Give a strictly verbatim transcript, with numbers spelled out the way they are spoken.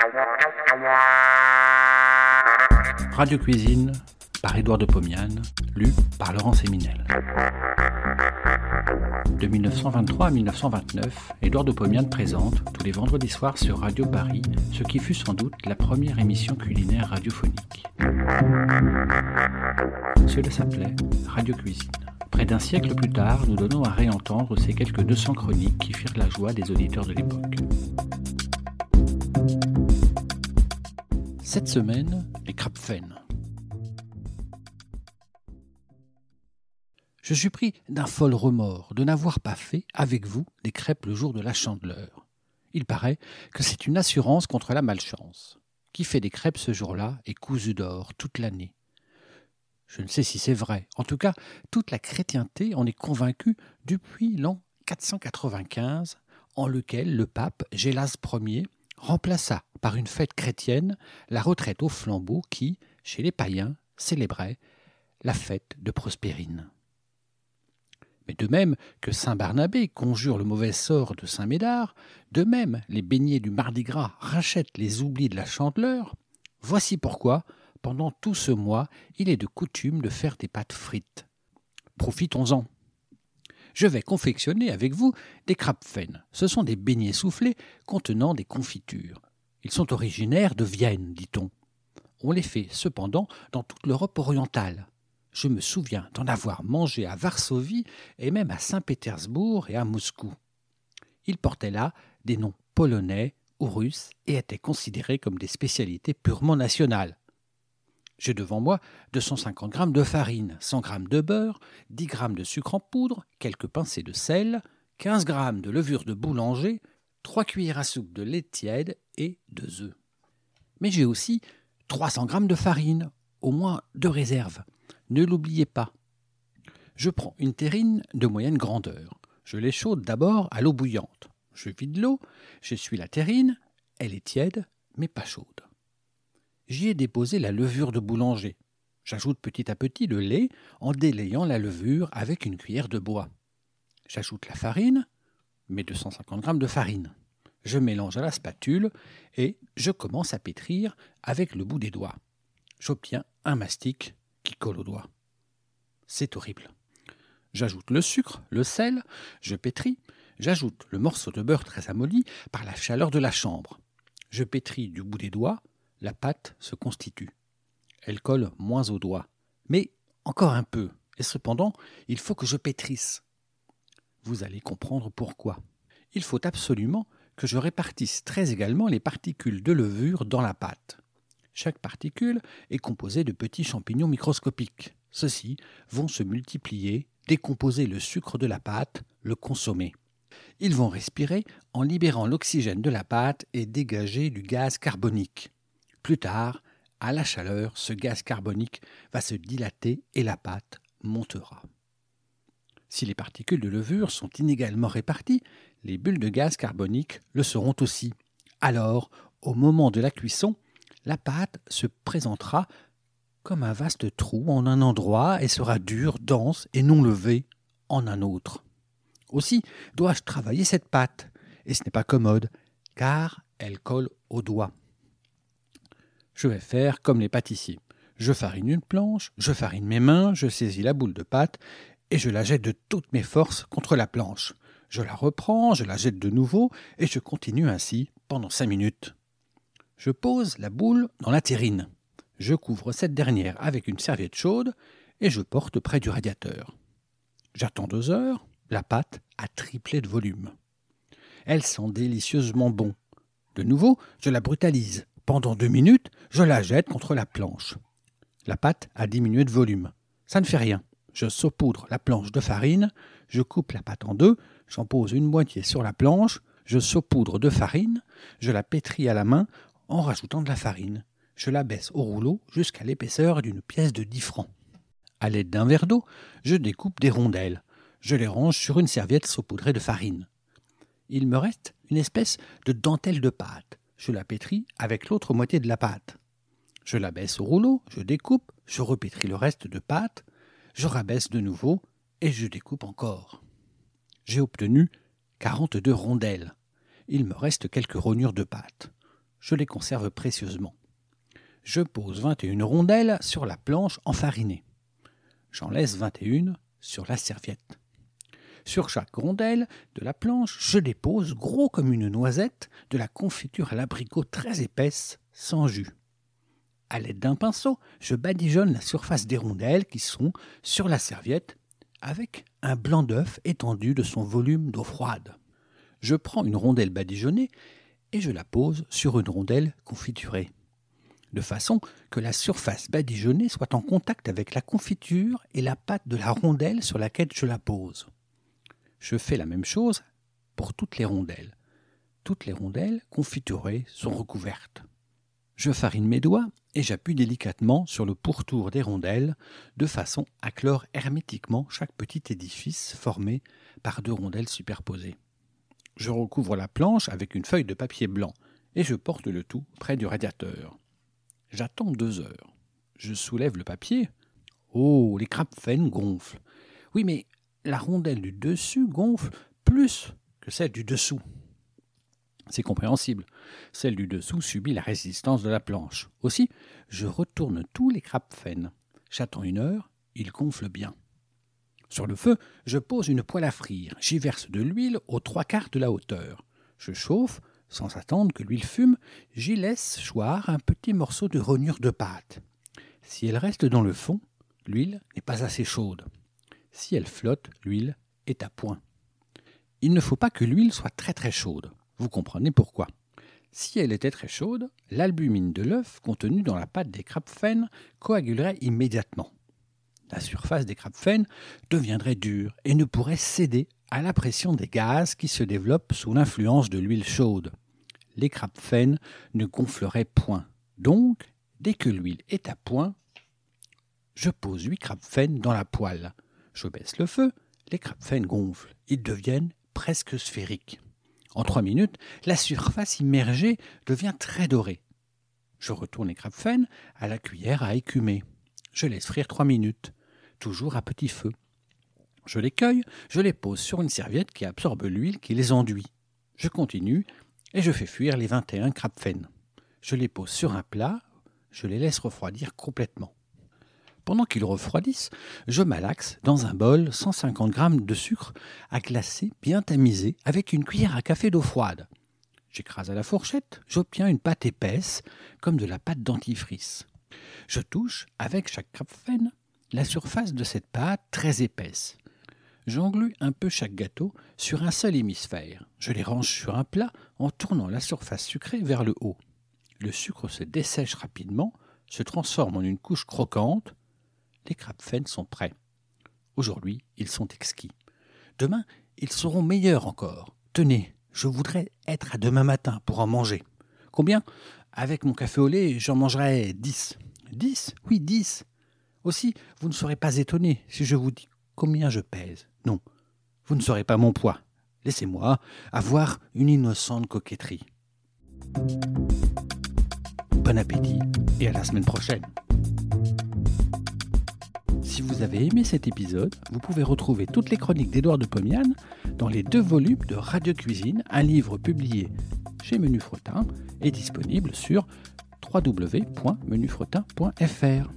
Radio Cuisine par Édouard de Pomiane, lu par Laurent Séminel. De mille neuf cent vingt-trois à mille neuf cent vingt-neuf, Édouard de Pomiane présente, tous les vendredis soirs sur Radio Paris, ce qui fut sans doute la première émission culinaire radiophonique. Cela s'appelait Radio Cuisine. Près d'un siècle plus tard, nous donnons à réentendre ces quelques deux cents chroniques qui firent la joie des auditeurs de l'époque. Cette semaine, les krapfen. Je suis pris d'un fol remords de n'avoir pas fait, avec vous, des crêpes le jour de la Chandeleur. Il paraît que c'est une assurance contre la malchance. Qui fait des crêpes ce jour-là est cousu d'or toute l'année. Je ne sais si c'est vrai. En tout cas, toute la chrétienté en est convaincue depuis l'an quatre cent quatre-vingt-quinze, en lequel le pape Gélas Ier remplaça par une fête chrétienne la retraite au flambeau qui, chez les païens, célébrait la fête de Prospérine. Mais de même que saint Barnabé conjure le mauvais sort de saint Médard, de même les beignets du Mardi Gras rachètent les oublis de la Chandeleur, voici pourquoi, pendant tout ce mois, il est de coutume de faire des pâtes frites. Profitons-en. Je vais confectionner avec vous des krapfen. Ce sont des beignets soufflés contenant des confitures. Ils sont originaires de Vienne, dit-on. On les fait cependant dans toute l'Europe orientale. Je me souviens d'en avoir mangé à Varsovie et même à Saint-Pétersbourg et à Moscou. Ils portaient là des noms polonais ou russes et étaient considérés comme des spécialités purement nationales. J'ai devant moi deux cent cinquante grammes de farine, cent grammes de beurre, dix grammes de sucre en poudre, quelques pincées de sel, quinze grammes de levure de boulanger, trois cuillères à soupe de lait tiède et deux œufs. Mais j'ai aussi trois cents grammes de farine, au moins deux réserves. Ne l'oubliez pas. Je prends une terrine de moyenne grandeur. Je l'échaude d'abord à l'eau bouillante. Je vide l'eau, j'essuie la terrine, elle est tiède, mais pas chaude. J'y ai déposé la levure de boulanger. J'ajoute petit à petit le lait en délayant la levure avec une cuillère de bois. J'ajoute la farine, mes deux cent cinquante grammes de farine. Je mélange à la spatule et je commence à pétrir avec le bout des doigts. J'obtiens un mastic qui colle aux doigts. C'est horrible. J'ajoute le sucre, le sel, je pétris, j'ajoute le morceau de beurre très amolli par la chaleur de la chambre. Je pétris du bout des doigts, la pâte se constitue. Elle colle moins aux doigts, mais encore un peu, et cependant, il faut que je pétrisse. Vous allez comprendre pourquoi. Il faut absolument que je répartisse très également les particules de levure dans la pâte. Chaque particule est composée de petits champignons microscopiques. Ceux-ci vont se multiplier, décomposer le sucre de la pâte, le consommer. Ils vont respirer en libérant l'oxygène de la pâte et dégager du gaz carbonique. Plus tard, à la chaleur, ce gaz carbonique va se dilater et la pâte montera. Si les particules de levure sont inégalement réparties, les bulles de gaz carbonique le seront aussi. Alors, au moment de la cuisson, la pâte se présentera comme un vaste trou en un endroit et sera dure, dense et non levée en un autre. Aussi dois-je travailler cette pâte, et ce n'est pas commode, car elle colle aux doigts. Je vais faire comme les pâtissiers. Je farine une planche, je farine mes mains, je saisis la boule de pâte et je la jette de toutes mes forces contre la planche. Je la reprends, je la jette de nouveau et je continue ainsi pendant cinq minutes. Je pose la boule dans la terrine. Je couvre cette dernière avec une serviette chaude et je porte près du radiateur. J'attends deux heures, la pâte a triplé de volume. Elle sent délicieusement bon. De nouveau, je la brutalise. Pendant deux minutes, je la jette contre la planche. La pâte a diminué de volume. Ça ne fait rien. Je saupoudre la planche de farine, je coupe la pâte en deux, j'en pose une moitié sur la planche, je saupoudre de farine, je la pétris à la main en rajoutant de la farine. Je la baisse au rouleau jusqu'à l'épaisseur d'une pièce de dix francs. À l'aide d'un verre d'eau, je découpe des rondelles. Je les range sur une serviette saupoudrée de farine. Il me reste une espèce de dentelle de pâte. Je la pétris avec l'autre moitié de la pâte. Je la baisse au rouleau, je découpe, je repétris le reste de pâte, je rabaisse de nouveau et je découpe encore. J'ai obtenu quarante-deux rondelles. Il me reste quelques rognures de pâte. je les conserve précieusement. Je pose vingt et une rondelles sur la planche enfarinée. J'en laisse vingt et une sur la serviette. Sur chaque rondelle de la planche, je dépose, gros comme une noisette, de la confiture à l'abricot très épaisse, sans jus. À l'aide d'un pinceau, je badigeonne la surface des rondelles qui sont sur la serviette avec un blanc d'œuf étendu de son volume d'eau froide. Je prends une rondelle badigeonnée et je la pose sur une rondelle confiturée, de façon que la surface badigeonnée soit en contact avec la confiture et la pâte de la rondelle sur laquelle je la pose. Je fais la même chose pour toutes les rondelles. Toutes les rondelles confiturées sont recouvertes. Je farine mes doigts et j'appuie délicatement sur le pourtour des rondelles de façon à clore hermétiquement chaque petit édifice formé par deux rondelles superposées. Je recouvre la planche avec une feuille de papier blanc et je porte le tout près du radiateur. J'attends deux heures. Je soulève le papier. Oh, les Krapfen gonflent. Oui, mais la rondelle du dessus gonfle plus que celle du dessous. C'est compréhensible. Celle du dessous subit la résistance de la planche. Aussi, je retourne tous les Krapfen. J'attends une heure, ils gonflent bien. Sur le feu, je pose une poêle à frire. J'y verse de l'huile aux trois quarts de la hauteur. Je chauffe, sans attendre que l'huile fume, j'y laisse choir un petit morceau de rognure de pâte. Si elle reste dans le fond, l'huile n'est pas assez chaude. Si elle flotte, l'huile est à point. Il ne faut pas que l'huile soit très très chaude. Vous comprenez pourquoi. Si elle était très chaude, l'albumine de l'œuf contenu dans la pâte des Krapfen coagulerait immédiatement. La surface des Krapfen deviendrait dure et ne pourrait céder à la pression des gaz qui se développent sous l'influence de l'huile chaude. Les Krapfen ne gonfleraient point. Donc, dès que l'huile est à point, je pose huit Krapfen dans la poêle. Je baisse le feu, les Krapfen gonflent. Ils deviennent presque sphériques. En trois minutes, la surface immergée devient très dorée. Je retourne les Krapfen à la cuillère à écumer. Je laisse frire trois minutes, toujours à petit feu. Je les cueille, je les pose sur une serviette qui absorbe l'huile qui les enduit. Je continue et je fais fuir les vingt et un Krapfen. Je les pose sur un plat, je les laisse refroidir complètement. Pendant qu'ils refroidissent, je malaxe dans un bol cent cinquante grammes de sucre à glacer bien tamisé avec une cuillère à café d'eau froide. J'écrase à la fourchette, j'obtiens une pâte épaisse, comme de la pâte dentifrice. Je touche, avec chaque Krapfen, la surface de cette pâte très épaisse. J'englue un peu chaque gâteau sur un seul hémisphère. Je les range sur un plat en tournant la surface sucrée vers le haut. Le sucre se dessèche rapidement, se transforme en une couche croquante. Les Krapfen sont prêts. Aujourd'hui, ils sont exquis. Demain, ils seront meilleurs encore. Tenez, je voudrais être à demain matin pour en manger. Combien ? Avec mon café au lait, j'en mangerai dix. Dix ? Oui, dix. Aussi, vous ne serez pas étonné si je vous dis combien je pèse. Non, vous ne saurez pas mon poids. Laissez-moi avoir une innocente coquetterie. Bon appétit et à la semaine prochaine. Si vous avez aimé cet épisode, vous pouvez retrouver toutes les chroniques d'Édouard de Pomian dans les deux volumes de Radio Cuisine, un livre publié chez Menu Fretin et disponible sur w w w point menu fretin point f r.